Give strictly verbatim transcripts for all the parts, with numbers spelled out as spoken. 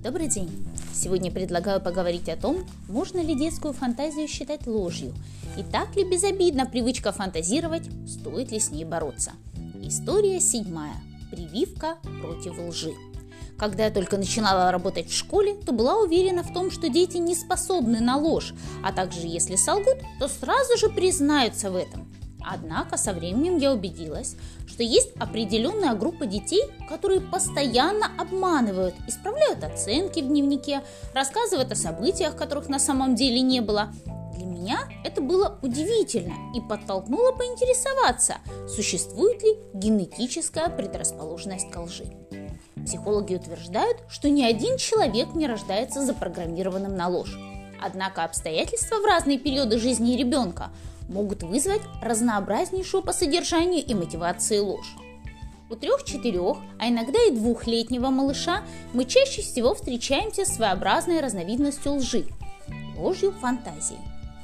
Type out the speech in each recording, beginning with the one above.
Добрый день! Сегодня предлагаю поговорить о том, можно ли детскую фантазию считать ложью, и так ли безобидна привычка фантазировать, стоит ли с ней бороться. История седьмая. Прививка против лжи. Когда я только начинала работать в школе, то была уверена в том, что дети не способны на ложь, а также если солгут, то сразу же признаются в этом. Однако со временем я убедилась, что есть определенная группа детей, которые постоянно обманывают, исправляют оценки в дневнике, рассказывают о событиях, которых на самом деле не было. Для меня это было удивительно и подтолкнуло поинтересоваться, существует ли генетическая предрасположенность к лжи. Психологи утверждают, что ни один человек не рождается запрограммированным на ложь. Однако обстоятельства в разные периоды жизни ребенка могут вызвать разнообразнейшую по содержанию и мотивации ложь. У трех-четырех, а иногда и двухлетнего малыша мы чаще всего встречаемся с своеобразной разновидностью лжи – ложью фантазии.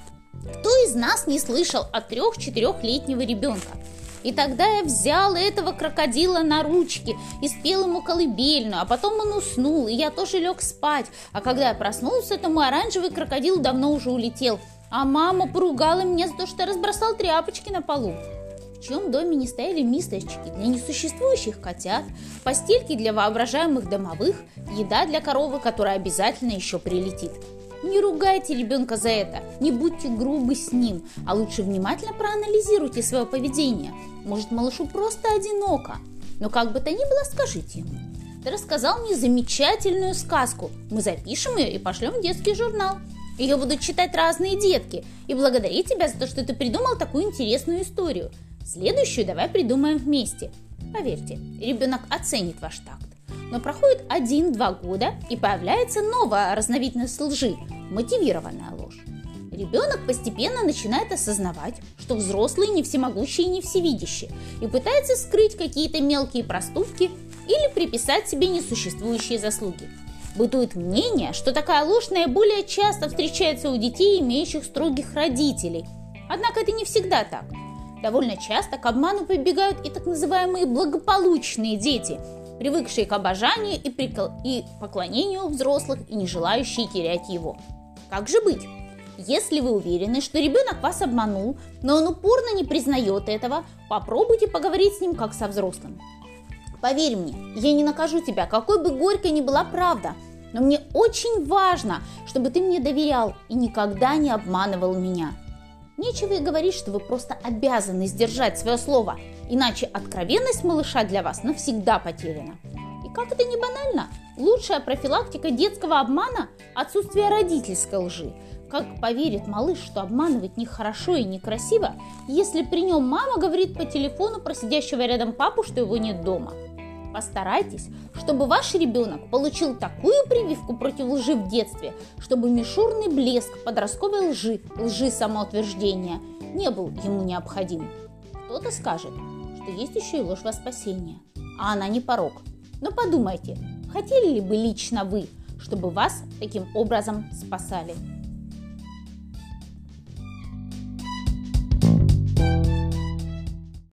Кто из нас не слышал от трех-четырехлетнего ребенка? И тогда я взял этого крокодила на ручки и спел ему колыбельную, а потом он уснул, и я тоже лег спать. А когда я проснулся, то мой оранжевый крокодил давно уже улетел, а мама поругала меня за то, что я разбросал тряпочки на полу. В чьем доме не стояли мисочки для несуществующих котят, постельки для воображаемых домовых, еда для коровы, которая обязательно еще прилетит. Не ругайте ребенка за это, не будьте грубы с ним, а лучше внимательно проанализируйте свое поведение. Может, малышу просто одиноко. Но как бы то ни было, скажите ему: ты рассказал мне замечательную сказку, мы запишем ее и пошлем в детский журнал. Ее будут читать разные детки и благодарить тебя за то, что ты придумал такую интересную историю. Следующую давай придумаем вместе. Поверьте, ребенок оценит ваш такт. Но проходит один-два года, и появляется новая разновидность лжи – мотивированная ложь. Ребенок постепенно начинает осознавать, что взрослые не всемогущие и не всевидящие, и пытается скрыть какие-то мелкие проступки или приписать себе несуществующие заслуги. Бытует мнение, что такая ложь наиболее часто встречается у детей, имеющих строгих родителей. Однако это не всегда так. Довольно часто к обману прибегают и так называемые благополучные дети, привыкшие к обожанию и, прикол... и поклонению взрослых и не желающие терять его. Как же быть? Если вы уверены, что ребенок вас обманул, но он упорно не признает этого, попробуйте поговорить с ним как со взрослым. Поверь мне, я не накажу тебя, какой бы горькой ни была правда, но мне очень важно, чтобы ты мне доверял и никогда не обманывал меня. Нечего и говорить, что вы просто обязаны сдержать свое слово, иначе откровенность малыша для вас навсегда потеряна. И как это не банально, лучшая профилактика детского обмана – отсутствие родительской лжи. Как поверит малыш, что обманывать нехорошо и некрасиво, если при нем мама говорит по телефону про сидящего рядом папу, что его нет дома? Постарайтесь, чтобы ваш ребенок получил такую прививку против лжи в детстве, чтобы мишурный блеск подростковой лжи, лжи самоутверждения не был ему необходим. Кто-то скажет, что есть еще и ложь во спасение, а она не порок. Но подумайте, хотели ли бы лично вы, чтобы вас таким образом спасали?